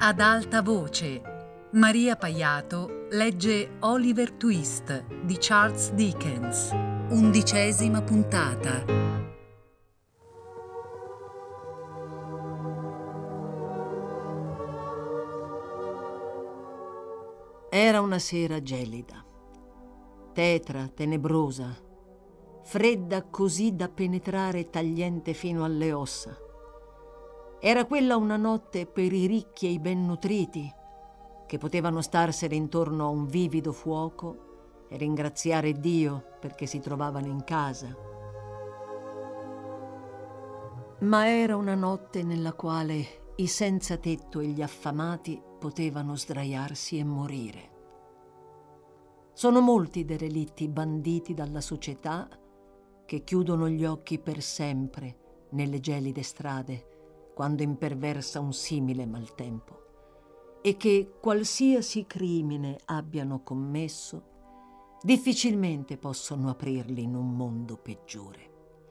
Ad alta voce, Maria Paiato legge Oliver Twist di Charles Dickens, 11ª puntata. Era una sera gelida, tetra, tenebrosa, fredda così da penetrare tagliente fino alle ossa. Era quella una notte per i ricchi e i ben nutriti, che potevano starsene intorno a un vivido fuoco e ringraziare Dio perché si trovavano in casa. Ma era una notte nella quale i senza tetto e gli affamati potevano sdraiarsi e morire. Sono molti i derelitti banditi dalla società che chiudono gli occhi per sempre nelle gelide strade quando imperversa un simile maltempo, e che, qualsiasi crimine abbiano commesso, difficilmente possono aprirli in un mondo peggiore.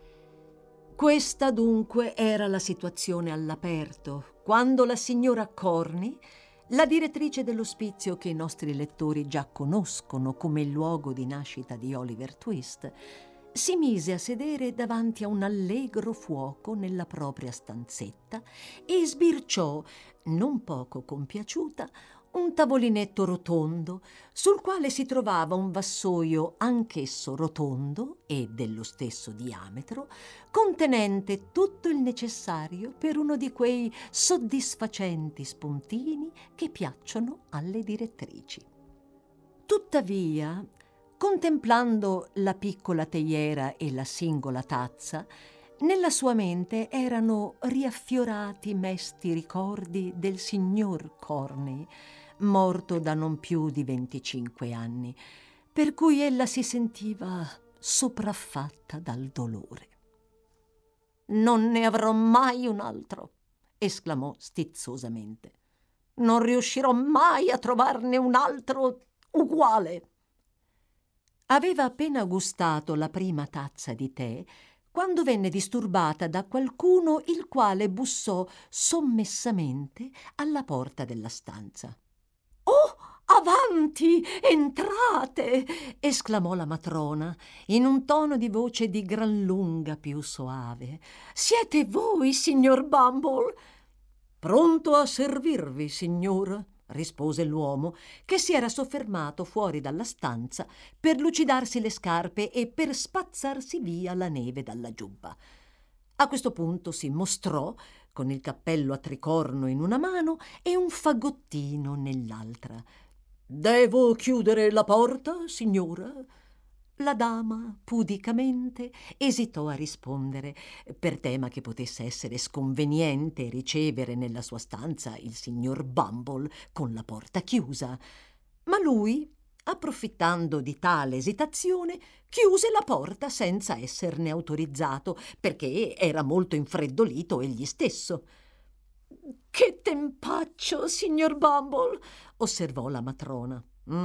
Questa dunque era la situazione all'aperto, quando la signora Corney, la direttrice dell'ospizio che i nostri lettori già conoscono come il luogo di nascita di Oliver Twist, si mise a sedere davanti a un allegro fuoco nella propria stanzetta e sbirciò, non poco compiaciuta, un tavolinetto rotondo sul quale si trovava un vassoio anch'esso rotondo e dello stesso diametro, contenente tutto il necessario per uno di quei soddisfacenti spuntini che piacciono alle direttrici. Tuttavia, contemplando la piccola teiera e la singola tazza, nella sua mente erano riaffiorati mesti ricordi del signor Corney, morto da non più di 25 anni, per cui ella si sentiva sopraffatta dal dolore. «Non ne avrò mai un altro», esclamò stizzosamente. «Non riuscirò mai a trovarne un altro uguale». Aveva appena gustato la prima tazza di tè quando venne disturbata da qualcuno il quale bussò sommessamente alla porta della stanza. «Oh, avanti, entrate!» esclamò la matrona in un tono di voce di gran lunga più soave. «Siete voi, signor Bumble?» «Pronto a servirvi, signora», rispose l'uomo, che si era soffermato fuori dalla stanza per lucidarsi le scarpe e per spazzarsi via la neve dalla giubba. A questo punto si mostrò con il cappello a tricorno in una mano e un fagottino nell'altra. «Devo chiudere la porta, signora?» La dama, pudicamente, esitò a rispondere, per tema che potesse essere sconveniente ricevere nella sua stanza il signor Bumble con la porta chiusa. Ma lui, approfittando di tale esitazione, chiuse la porta senza esserne autorizzato, perché era molto infreddolito egli stesso. «Che tempaccio, signor Bumble!» osservò la matrona.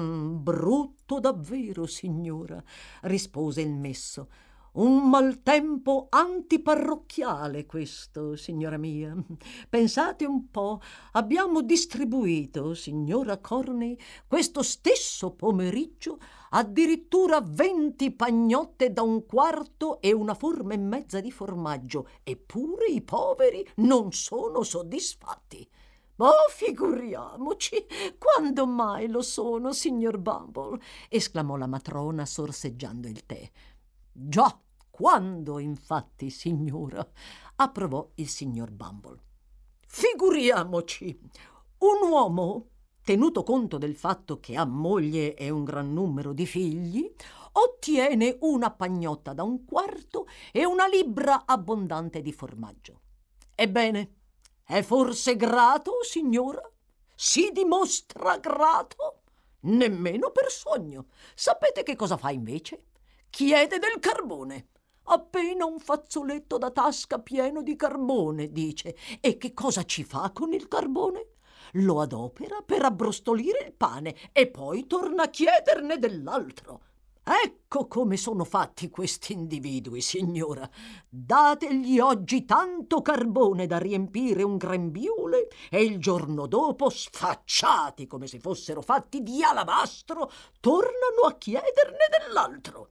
«Brutto davvero, signora», rispose il messo. «Un maltempo antiparrocchiale questo, signora mia. Pensate un po', abbiamo distribuito, signora Corney, questo stesso pomeriggio addirittura 20 pagnotte da 1/4 e una forma e mezza di formaggio, eppure i poveri non sono soddisfatti». «Oh, figuriamoci! Quando mai lo sono, signor Bumble?» esclamò la matrona sorseggiando il tè. «Già, quando, infatti, signora?» approvò il signor Bumble. «Figuriamoci! Un uomo, tenuto conto del fatto che ha moglie e un gran numero di figli, ottiene una pagnotta da 1/4 e una libbra abbondante di formaggio. Ebbene, è forse grato, signora? Si dimostra grato? Nemmeno per sogno. Sapete che cosa fa invece? Chiede del carbone. Appena un fazzoletto da tasca pieno di carbone, dice. E che cosa ci fa con il carbone? Lo adopera per abbrostolire il pane e poi torna a chiederne dell'altro. Ecco come sono fatti questi individui, signora. Dategli oggi tanto carbone da riempire un grembiule e il giorno dopo, sfacciati come se fossero fatti di alabastro, tornano a chiederne dell'altro.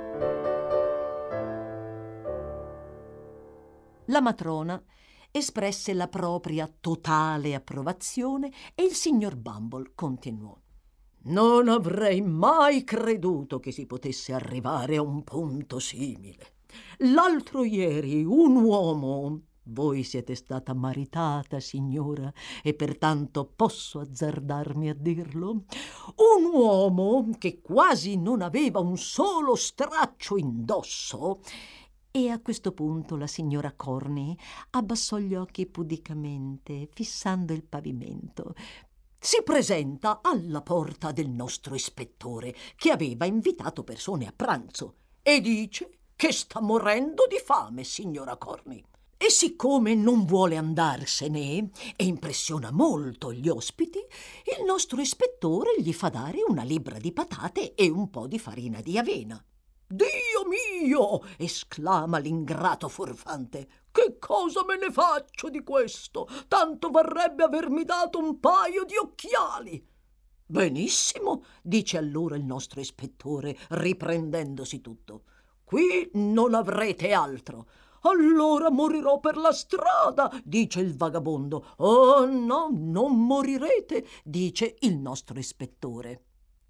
La matrona espresse la propria totale approvazione e il signor Bumble continuò. Non avrei mai creduto che si potesse arrivare a un punto simile. L'altro ieri un uomo, voi siete stata maritata, signora, e pertanto posso azzardarmi a dirlo, un uomo che quasi non aveva un solo straccio indosso. E a questo punto la signora Corney abbassò gli occhi pudicamente, fissando il pavimento. Si presenta alla porta del nostro ispettore, che aveva invitato persone a pranzo, e dice che sta morendo di fame, signora Corney. E siccome non vuole andarsene e impressiona molto gli ospiti, il nostro ispettore gli fa dare una libbra di patate e un po' di farina di avena. «Dio mio!» esclama l'ingrato furfante. «Che cosa me ne faccio di questo? Tanto varrebbe avermi dato un paio di occhiali!» «Benissimo», dice allora il nostro ispettore, riprendendosi tutto. «Qui non avrete altro». «Allora morirò per la strada», dice il vagabondo. «Oh no, non morirete», dice il nostro ispettore.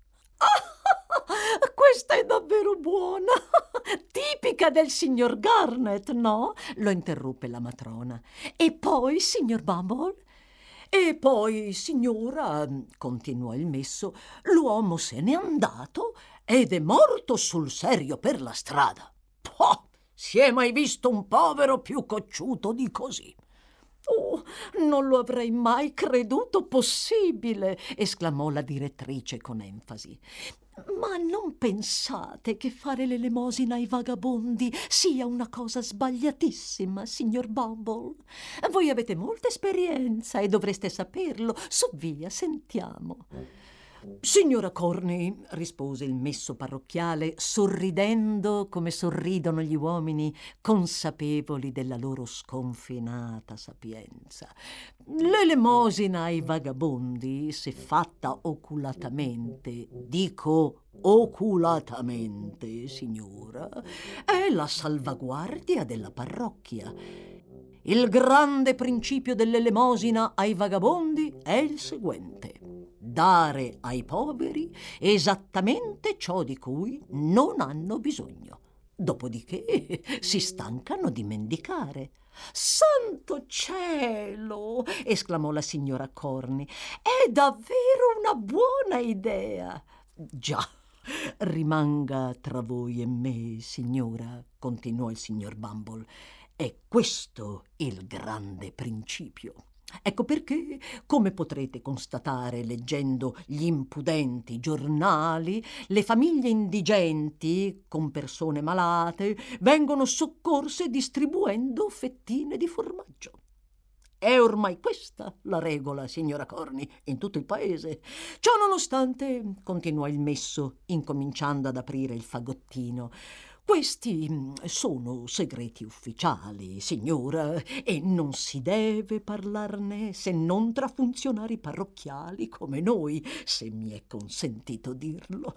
Questa è davvero buona, tipica del signor Garnet, no? Lo interruppe la matrona. E poi, signor Bumble? E poi, signora, continuò il messo, l'uomo se n'è andato ed è morto sul serio per la strada. Poh, si è mai visto un povero più cocciuto di così? «Oh, non lo avrei mai creduto possibile», esclamò la direttrice con enfasi. «Ma non pensate che fare l'elemosina ai vagabondi sia una cosa sbagliatissima, signor Bumble? Voi avete molta esperienza e dovreste saperlo. Su via, sentiamo». «Signora Corney», rispose il messo parrocchiale, sorridendo come sorridono gli uomini consapevoli della loro sconfinata sapienza, «l'elemosina ai vagabondi, se fatta oculatamente, dico oculatamente, signora, è la salvaguardia della parrocchia. Il grande principio dell'elemosina ai vagabondi è il seguente: dare ai poveri esattamente ciò di cui non hanno bisogno. Dopodiché si stancano di mendicare». «Santo cielo!» esclamò la signora Corney. «È davvero una buona idea!» «Già, rimanga tra voi e me, signora», continuò il signor Bumble. «È questo il grande principio. Ecco perché, come potrete constatare leggendo gli impudenti giornali, le famiglie indigenti con persone malate vengono soccorse distribuendo fettine di formaggio. È ormai questa la regola, signora Corney, in tutto il paese. Ciò nonostante», continuò il messo, incominciando ad aprire il fagottino, «questi sono segreti ufficiali, signora, e non si deve parlarne se non tra funzionari parrocchiali come noi, se mi è consentito dirlo.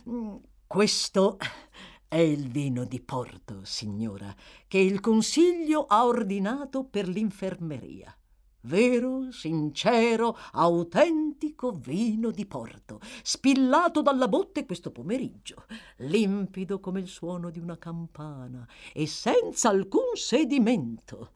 Questo è il vino di Porto, signora, che il Consiglio ha ordinato per l'infermeria. Vero, sincero, autentico vino di Porto, spillato dalla botte questo pomeriggio, limpido come il suono di una campana e senza alcun sedimento».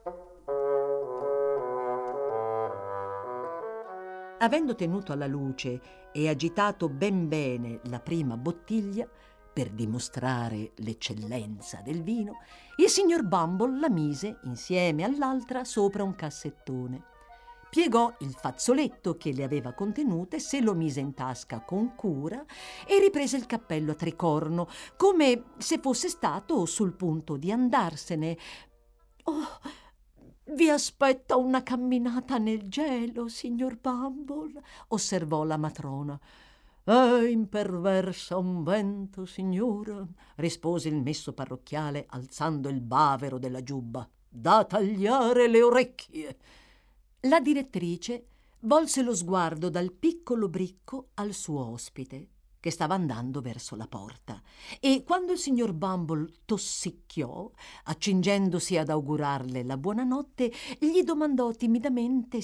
Avendo tenuto alla luce e agitato ben bene la prima bottiglia, per dimostrare l'eccellenza del vino, il signor Bumble la mise insieme all'altra sopra un cassettone. Piegò il fazzoletto che le aveva contenute, se lo mise in tasca con cura e riprese il cappello a tricorno, come se fosse stato sul punto di andarsene. «Oh, vi aspetta una camminata nel gelo, signor Bumble», osservò la matrona. Imperversa un vento, signora, rispose il messo parrocchiale alzando il bavero della giubba, da tagliare le orecchie. La direttrice volse lo sguardo dal piccolo bricco al suo ospite, che stava andando verso la porta, e quando il signor Bumble tossicchiò, accingendosi ad augurarle la buonanotte, gli domandò timidamente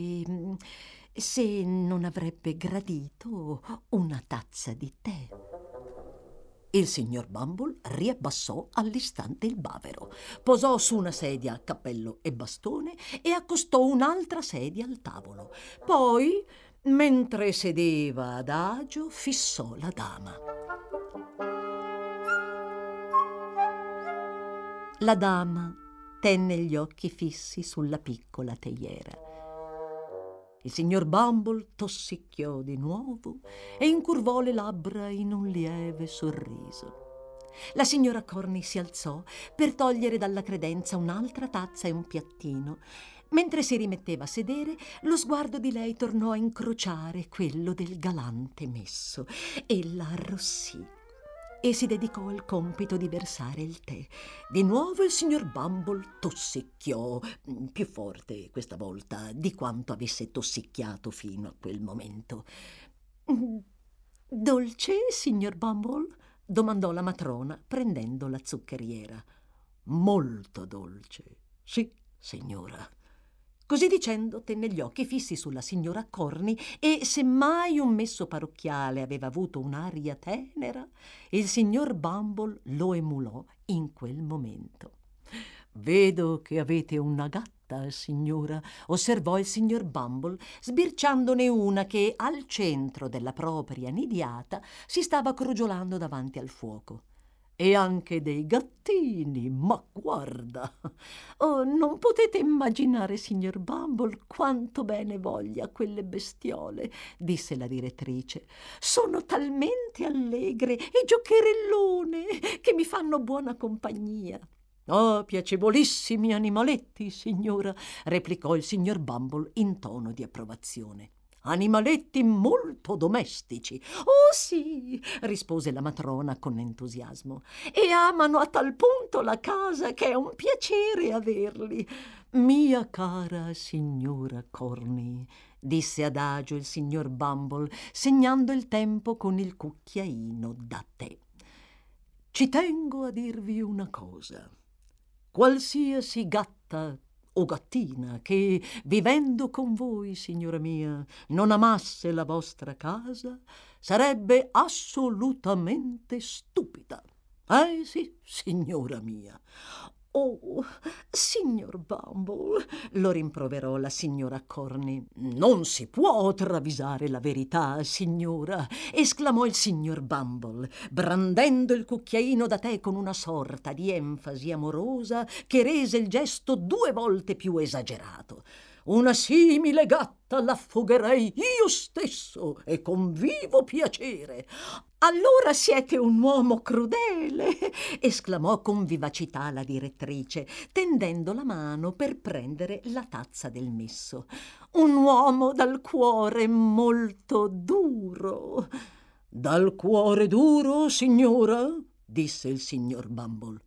se non avrebbe gradito una tazza di tè. Il signor Bumble riabbassò all'istante il bavero, posò su una sedia a cappello e bastone e accostò un'altra sedia al tavolo. Poi, mentre sedeva adagio, fissò la dama. La dama tenne gli occhi fissi sulla piccola teiera. Il signor Bumble tossicchiò di nuovo e incurvò le labbra in un lieve sorriso. La signora Corney si alzò per togliere dalla credenza un'altra tazza e un piattino. Mentre si rimetteva a sedere, lo sguardo di lei tornò a incrociare quello del galante messo. Ella arrossì e si dedicò al compito di versare il tè. Di nuovo il signor Bumble tossicchiò, più forte questa volta di quanto avesse tossicchiato fino a quel momento. «Dolce, signor Bumble?» domandò la matrona, prendendo la zuccheriera. «Molto dolce, sì, signora». Così dicendo tenne gli occhi fissi sulla signora Corney e, se mai un messo parrocchiale aveva avuto un'aria tenera, il signor Bumble lo emulò in quel momento. «Vedo che avete una gatta, signora», osservò il signor Bumble, sbirciandone una che al centro della propria nidiata si stava crogiolando davanti al fuoco. «E anche dei gattini, ma guarda! Oh, non potete immaginare, signor Bumble, quanto bene voglia a quelle bestiole», disse la direttrice. «Sono talmente allegre e giocherellone che mi fanno buona compagnia». «Oh, piacevolissimi animaletti, signora», replicò il signor Bumble in tono di approvazione. «Animaletti molto domestici». «Oh sì», rispose la matrona con entusiasmo, «e amano a tal punto la casa che è un piacere averli». «Mia cara signora Corney», disse adagio il signor Bumble, segnando il tempo con il cucchiaino da tè, «ci tengo a dirvi una cosa. Qualsiasi gatta o gattina che, vivendo con voi, signora mia, non amasse la vostra casa, sarebbe assolutamente stupida. Sì, signora mia». «Oh, signor Bumble», lo rimproverò la signora Corney. «Non si può travisare la verità, signora», esclamò il signor Bumble, brandendo il cucchiaino da tè con una sorta di enfasi amorosa che rese il gesto 2 volte più esagerato. «Una simile gatta l'affogherei io stesso e con vivo piacere». «Allora siete un uomo crudele», esclamò con vivacità la direttrice, tendendo la mano per prendere la tazza del messo. «Un uomo dal cuore molto duro». «Dal cuore duro, signora?» disse il signor Bumble.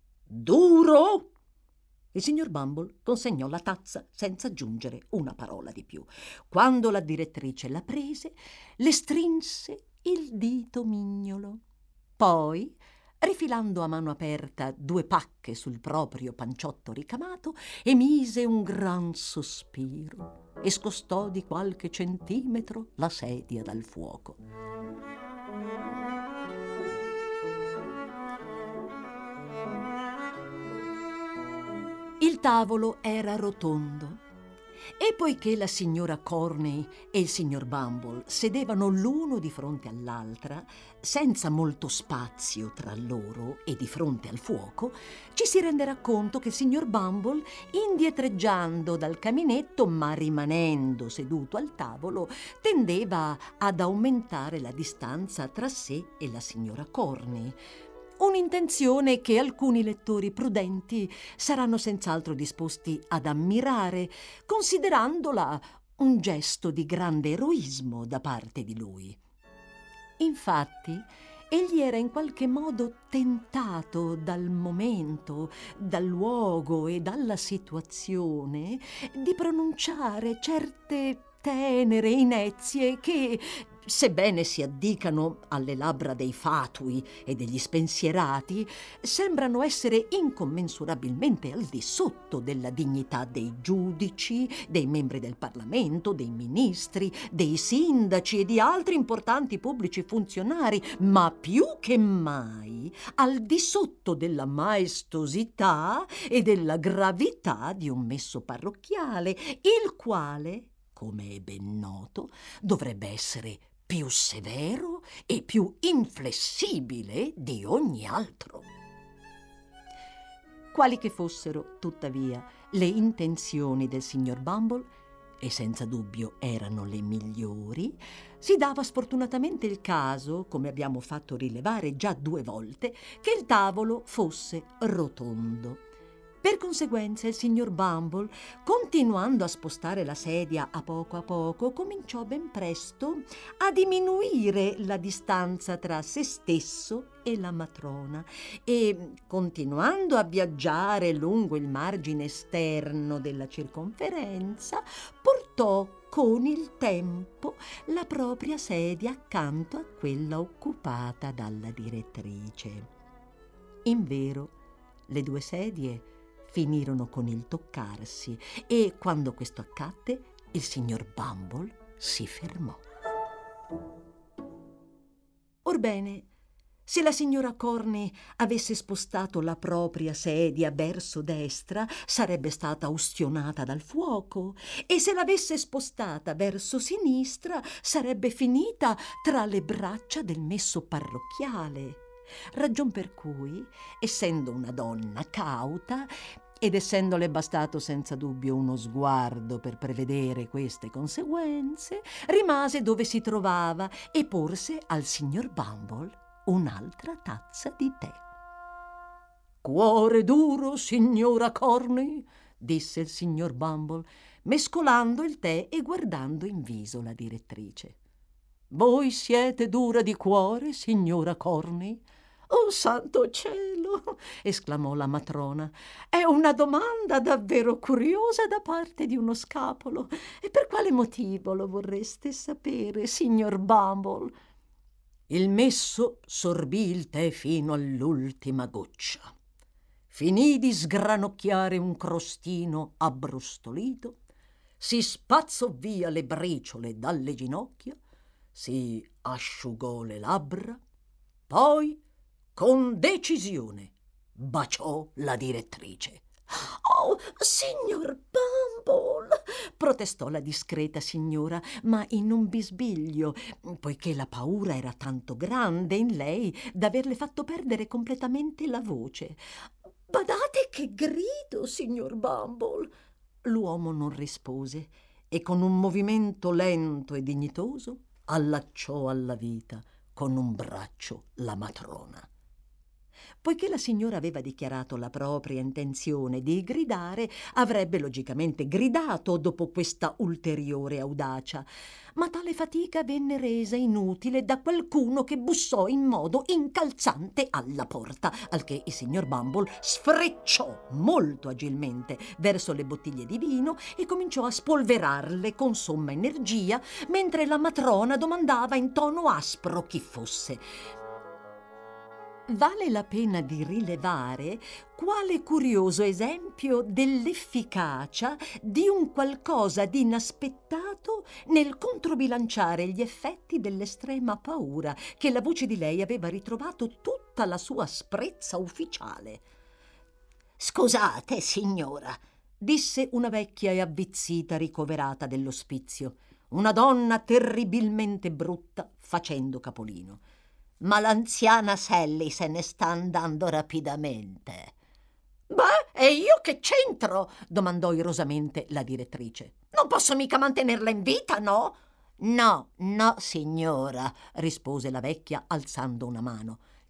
«Duro?» Il signor Bumble consegnò la tazza senza aggiungere una parola di più. Quando la direttrice la prese, le strinse il dito mignolo. Poi, rifilando a mano aperta 2 pacche sul proprio panciotto ricamato, emise un gran sospiro e scostò di qualche centimetro la sedia dal fuoco. Il tavolo era rotondo e poiché la signora Corney e il signor Bumble sedevano l'uno di fronte all'altra, senza molto spazio tra loro e di fronte al fuoco, ci si renderà conto che il signor Bumble, indietreggiando dal caminetto ma rimanendo seduto al tavolo, tendeva ad aumentare la distanza tra sé e la signora Corney. Un'intenzione che alcuni lettori prudenti saranno senz'altro disposti ad ammirare, considerandola un gesto di grande eroismo da parte di lui. Infatti, egli era in qualche modo tentato dal momento, dal luogo e dalla situazione di pronunciare certe tenere inezie che, sebbene si addicano alle labbra dei fatui e degli spensierati, sembrano essere incommensurabilmente al di sotto della dignità dei giudici, dei membri del Parlamento, dei ministri, dei sindaci e di altri importanti pubblici funzionari, ma più che mai al di sotto della maestosità e della gravità di un messo parrocchiale, il quale, come è ben noto, dovrebbe essere più severo e più inflessibile di ogni altro. Quali che fossero, tuttavia, le intenzioni del signor Bumble, e senza dubbio erano le migliori, si dava sfortunatamente il caso, come abbiamo fatto rilevare già 2 volte, che il tavolo fosse rotondo. Per conseguenza il signor Bumble, continuando a spostare la sedia a poco, cominciò ben presto a diminuire la distanza tra se stesso e la matrona e, continuando a viaggiare lungo il margine esterno della circonferenza, portò con il tempo la propria sedia accanto a quella occupata dalla direttrice. Invero, le 2 sedie finirono con il toccarsi e, quando questo accadde, il signor Bumble si fermò. Orbene, se la signora Corney avesse spostato la propria sedia verso destra, sarebbe stata ustionata dal fuoco, e se l'avesse spostata verso sinistra, sarebbe finita tra le braccia del messo parrocchiale. Ragion per cui, essendo una donna cauta ed essendole bastato senza dubbio uno sguardo per prevedere queste conseguenze, rimase dove si trovava e porse al signor Bumble un'altra tazza di tè. «Cuore duro, signora Corney», disse il signor Bumble, mescolando il tè e guardando in viso la direttrice. «Voi siete dura di cuore, signora Corney?» «Oh, santo cielo!» esclamò la matrona. «È una domanda davvero curiosa da parte di uno scapolo. E per quale motivo lo vorreste sapere, signor Bumble?» Il messo sorbì il tè fino all'ultima goccia. Finì di sgranocchiare un crostino abbrustolito, si spazzò via le briciole dalle ginocchia, si asciugò le labbra, poi con decisione baciò la direttrice. «Oh, signor Bumble!» protestò la discreta signora, ma in un bisbiglio, poiché la paura era tanto grande in lei d'averle fatto perdere completamente la voce. «Badate che grido, signor Bumble!» L'uomo non rispose e con un movimento lento e dignitoso allacciò alla vita con un braccio la matrona. Poiché la signora aveva dichiarato la propria intenzione di gridare, avrebbe logicamente gridato dopo questa ulteriore audacia, ma tale fatica venne resa inutile da qualcuno che bussò in modo incalzante alla porta, al che il signor Bumble sfrecciò molto agilmente verso le bottiglie di vino e cominciò a spolverarle con somma energia, mentre la matrona domandava in tono aspro chi fosse. Vale la pena di rilevare quale curioso esempio dell'efficacia di un qualcosa di inaspettato nel controbilanciare gli effetti dell'estrema paura che la voce di lei aveva ritrovato tutta la sua asprezza ufficiale. «Scusate, signora», disse una vecchia e avvizzita ricoverata dell'ospizio, una donna terribilmente brutta facendo capolino, «ma l'anziana Sally se ne sta andando rapidamente». «Beh, e io che c'entro?» domandò irosamente la direttrice. «Non posso mica mantenerla in vita, no?» «No, no, signora», rispose la vecchia alzando una mano.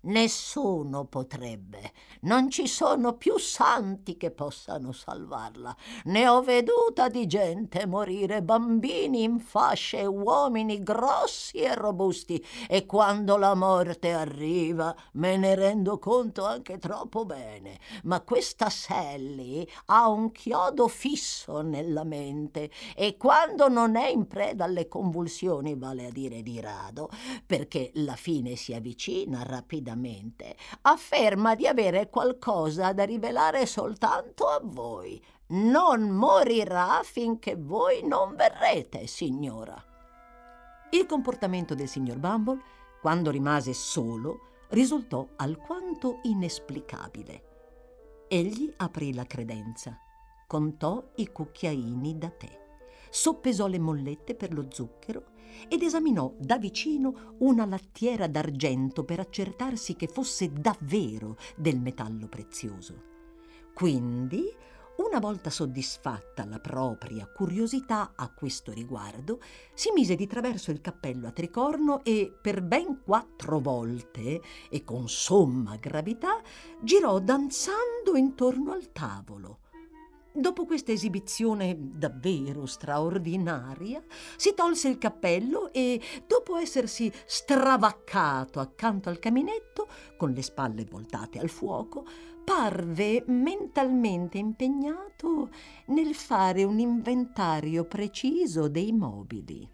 Nessuno potrebbe. Non ci sono più santi che possano salvarla. Ne ho veduta di gente morire, bambini in fasce e uomini grossi e robusti, e quando la morte arriva me ne rendo conto anche troppo bene. Ma questa Sally ha un chiodo fisso nella mente, e quando non è in preda alle convulsioni, vale a dire di rado, perché la fine si avvicina rapidamente, afferma di avere qualcosa da rivelare soltanto a voi. Non morirà finché voi non verrete, signora. Il comportamento del signor Bumble, quando rimase solo, risultò alquanto inesplicabile. Egli aprì la credenza, contò i cucchiaini da tè, soppesò le mollette per lo zucchero ed esaminò da vicino una lattiera d'argento per accertarsi che fosse davvero del metallo prezioso. Quindi, una volta soddisfatta la propria curiosità a questo riguardo, si mise di traverso il cappello a tricorno e per ben 4 volte, e con somma gravità, girò danzando intorno al tavolo. Dopo questa esibizione davvero straordinaria, si tolse il cappello e, dopo essersi stravaccato accanto al caminetto, con le spalle voltate al fuoco, parve mentalmente impegnato nel fare un inventario preciso dei mobili.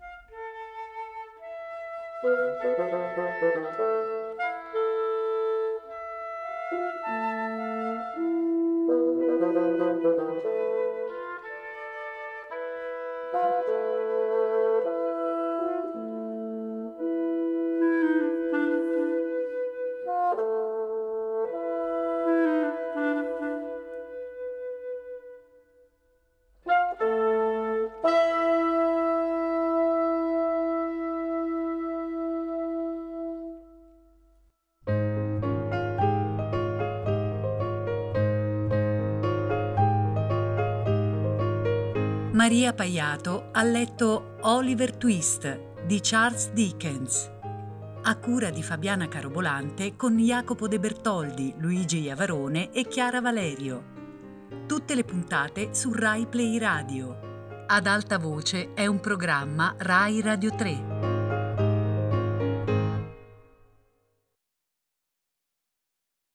Maria Paiato ha letto Oliver Twist di Charles Dickens, a cura di Fabiana Carobolante con Jacopo De Bertoldi, Luigi Iavarone e Chiara Valerio. Tutte le puntate su Rai Play Radio. Ad alta voce è un programma Rai Radio 3.